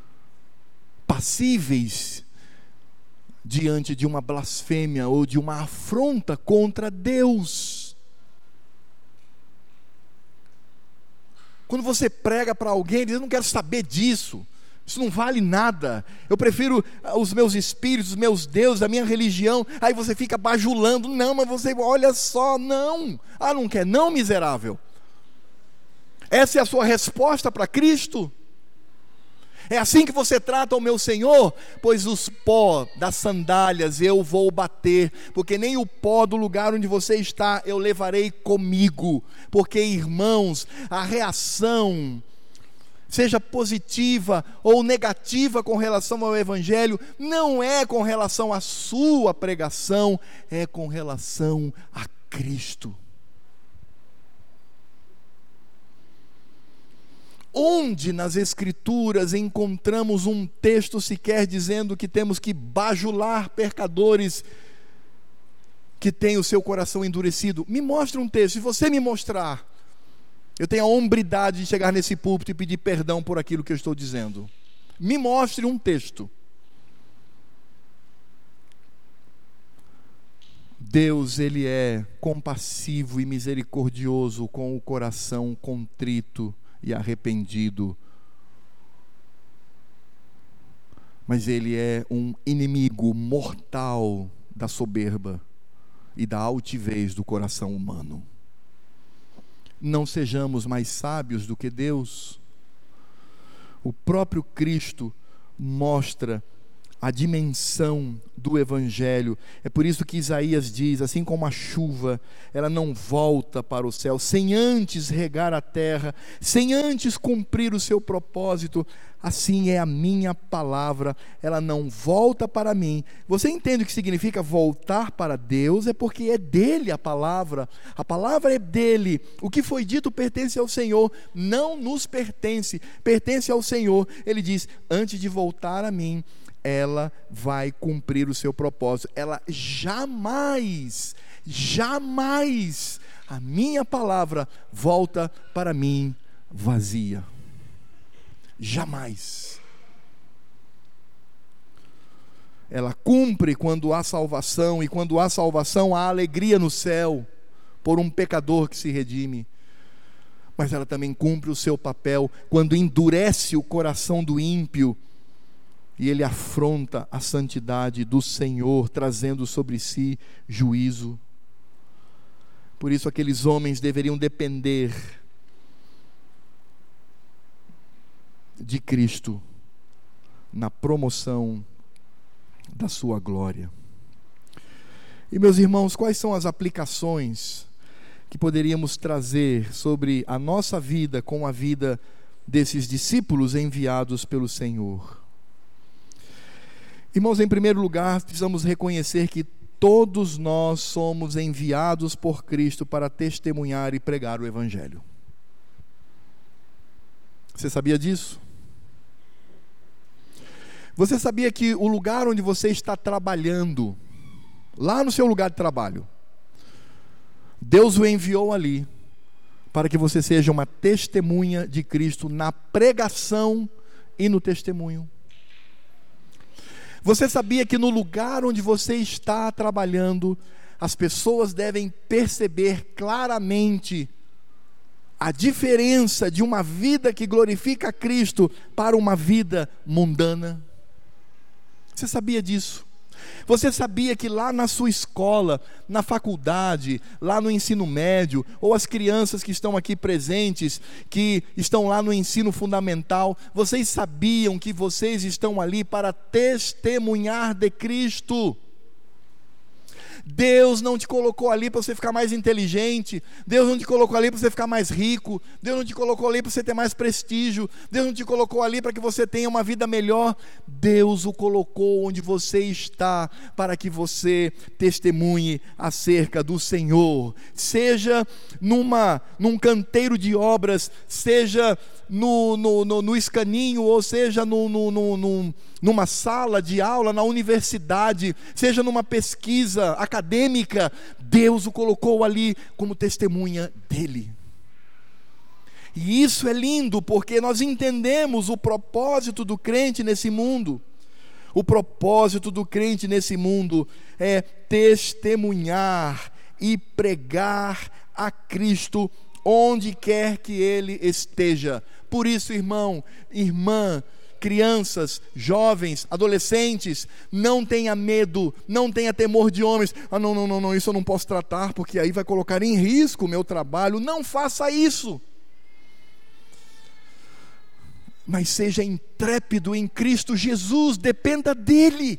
passíveis diante de uma blasfêmia ou de uma afronta contra Deus. Quando você prega para alguém, diz: eu não quero saber disso, isso não vale nada, eu prefiro os meus espíritos, os meus deuses, a minha religião. Aí você fica bajulando: não, mas você, olha só, não, ah, não quer, não, miserável. Essa é a sua resposta para Cristo? É assim que você trata o meu Senhor? Pois os pó das sandálias eu vou bater, porque nem o pó do lugar onde você está eu levarei comigo. Porque, irmãos, a reação, seja positiva ou negativa com relação ao Evangelho, não é com relação à sua pregação, é com relação a Cristo. Onde nas Escrituras encontramos um texto sequer dizendo que temos que bajular pecadores que têm o seu coração endurecido? Me mostre um texto. Se você me mostrar, eu tenho a hombridade de chegar nesse púlpito e pedir perdão por aquilo que eu estou dizendo. Me mostre um texto. Deus, Ele é compassivo e misericordioso com o coração contrito e arrependido, mas Ele é um inimigo mortal da soberba e da altivez do coração humano. Não sejamos mais sábios do que Deus. O próprio Cristo mostra a dimensão do Evangelho. É por isso que Isaías diz: assim como a chuva, ela não volta para o céu, sem antes regar a terra, sem antes cumprir o seu propósito, assim é a minha palavra, ela não volta para mim. Você entende o que significa voltar para Deus? É porque é dele a palavra, a palavra é dele, o que foi dito pertence ao Senhor, não nos pertence, pertence ao Senhor. Ele diz: antes de voltar a mim, ela vai cumprir o seu propósito. Ela jamais, jamais, a minha palavra volta para mim vazia. Jamais. Ela cumpre quando há salvação, e quando há salvação há alegria no céu por um pecador que se redime. Mas ela também cumpre o seu papel quando endurece o coração do ímpio e ele afronta a santidade do Senhor, trazendo sobre si juízo. Por isso aqueles homens deveriam depender de Cristo na promoção da sua glória. E, meus irmãos, quais são as aplicações que poderíamos trazer sobre a nossa vida com a vida desses discípulos enviados pelo Senhor? Irmãos, em primeiro lugar, precisamos reconhecer que todos nós somos enviados por Cristo para testemunhar e pregar o Evangelho. Você sabia disso? Você sabia que o lugar onde você está trabalhando, lá no seu lugar de trabalho, Deus o enviou ali para que você seja uma testemunha de Cristo na pregação e no testemunho? Você sabia que no lugar onde você está trabalhando, as pessoas devem perceber claramente a diferença de uma vida que glorifica a Cristo para uma vida mundana? Você sabia disso? Você sabia que lá na sua escola, na faculdade, lá no ensino médio, ou as crianças que estão aqui presentes, que estão lá no ensino fundamental, vocês sabiam que vocês estão ali para testemunhar de Cristo? Deus não te colocou ali para você ficar mais inteligente, Deus não te colocou ali para você ficar mais rico, Deus não te colocou ali para você ter mais prestígio, Deus não te colocou ali para que você tenha uma vida melhor. Deus o colocou onde você está para que você testemunhe acerca do Senhor, seja numa, num canteiro de obras, seja no, no, no, no escaninho, ou seja no, no, no, no, numa sala de aula, na universidade, seja numa pesquisa acadêmica. Deus o colocou ali como testemunha dele. E isso é lindo, porque nós entendemos o propósito do crente nesse mundo. O propósito do crente nesse mundo é testemunhar e pregar a Cristo onde quer que ele esteja. Por isso, irmão, irmã, crianças, jovens, adolescentes, não tenha medo, não tenha temor de homens. Ah, não, não, não, não, isso eu não posso tratar, porque aí vai colocar em risco o meu trabalho. Não faça isso. Mas seja intrépido em Cristo Jesus, dependa dele.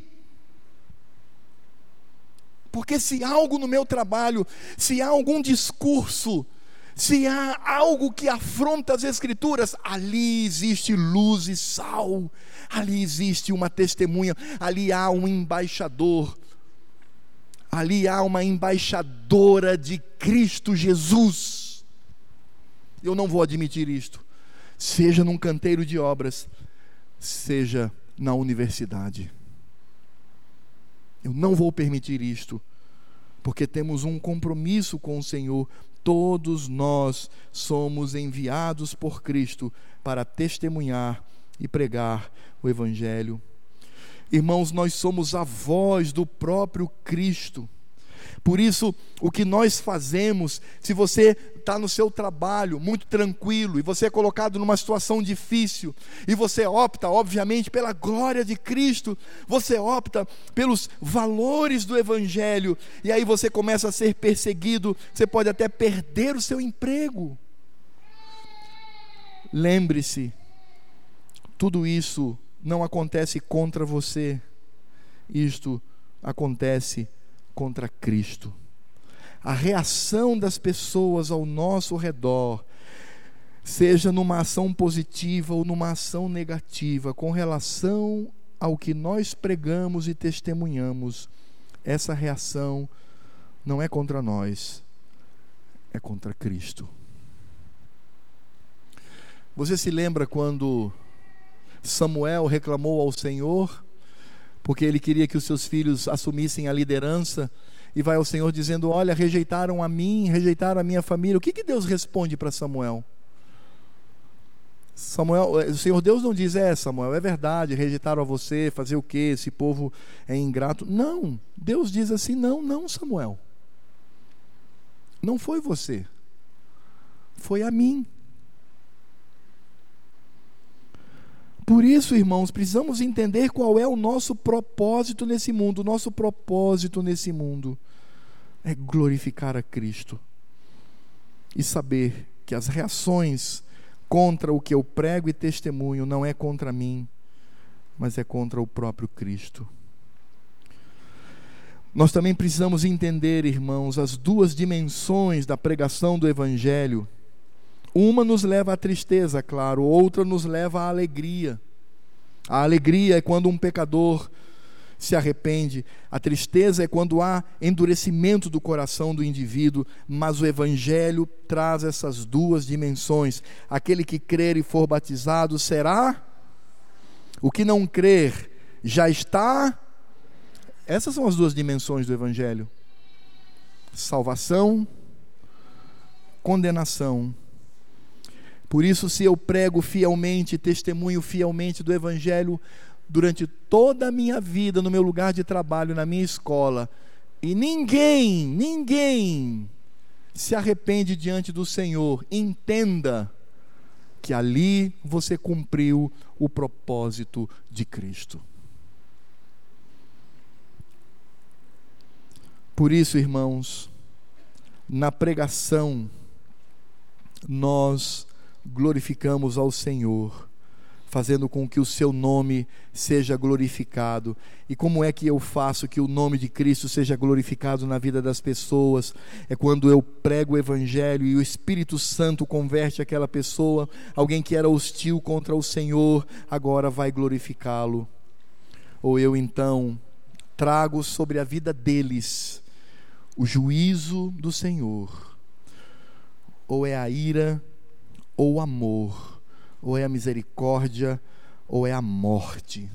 Porque se há algo no meu trabalho, se há algum discurso, se há algo que afronta as Escrituras, ali existe luz e sal, ali existe uma testemunha, ali há um embaixador, ali há uma embaixadora de Cristo Jesus. Eu não vou admitir isto, seja num canteiro de obras, seja na universidade. Eu não vou permitir isto, porque temos um compromisso com o Senhor. Todos nós somos enviados por Cristo para testemunhar e pregar o Evangelho. Irmãos, nós somos a voz do próprio Cristo. Por isso, o que nós fazemos, se você está no seu trabalho muito tranquilo, e você é colocado numa situação difícil, e você opta, obviamente, pela glória de Cristo, você opta pelos valores do Evangelho, e aí você começa a ser perseguido, você pode até perder o seu emprego. Lembre-se, tudo isso não acontece contra você, isto acontece contra Cristo. A reação das pessoas ao nosso redor, seja numa ação positiva ou numa ação negativa, com relação ao que nós pregamos e testemunhamos, essa reação não é contra nós, é contra Cristo. Você se lembra quando Samuel reclamou ao Senhor, porque ele queria que os seus filhos assumissem a liderança, e vai ao Senhor dizendo: olha, rejeitaram a mim, rejeitaram a minha família. O que que Deus responde para Samuel? Samuel, o Senhor Deus não diz: é, Samuel, é verdade, rejeitaram a você, fazer o quê? Esse povo é ingrato. Não, Deus diz assim: não, não, Samuel, não foi você, foi a mim. Por isso, irmãos, precisamos entender qual é o nosso propósito nesse mundo. O nosso propósito nesse mundo é glorificar a Cristo e saber que as reações contra o que eu prego e testemunho não é contra mim, mas é contra o próprio Cristo. Nós também precisamos entender, irmãos, as duas dimensões da pregação do Evangelho. Uma nos leva à tristeza, claro, outra nos leva à alegria. A alegria é quando um pecador se arrepende, a tristeza é quando há endurecimento do coração do indivíduo, mas o Evangelho traz essas duas dimensões. Aquele que crer e for batizado será, o que não crer já está. Essas são as duas dimensões do Evangelho: salvação, condenação. Por isso, se eu prego fielmente, testemunho fielmente do Evangelho durante toda a minha vida, no meu lugar de trabalho, na minha escola, e ninguém, ninguém se arrepende diante do Senhor, entenda que ali você cumpriu o propósito de Cristo. Por isso, irmãos, na pregação, nós glorificamos ao Senhor, fazendo com que o seu nome seja glorificado. E como é que eu faço que o nome de Cristo seja glorificado na vida das pessoas? É quando eu prego o Evangelho e o Espírito Santo converte aquela pessoa. Alguém que era hostil contra o Senhor, agora vai glorificá-lo. Ou eu então trago sobre a vida deles o juízo do Senhor. Ou é a ira, ou o amor, ou é a misericórdia, ou é a morte.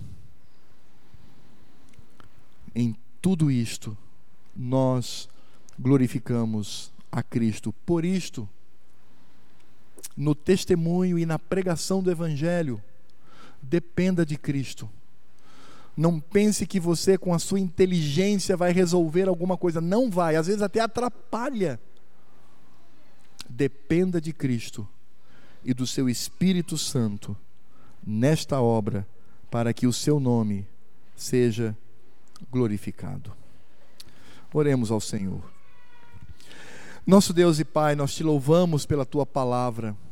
Em tudo isto, nós glorificamos a Cristo. Por isto, no testemunho e na pregação do Evangelho, dependa de Cristo. Não pense que você, com a sua inteligência, vai resolver alguma coisa. Não vai, às vezes até atrapalha. Dependa de Cristo e do seu Espírito Santo nesta obra, para que o seu nome seja glorificado. Oremos ao Senhor. Nosso Deus e Pai, nós te louvamos pela tua palavra.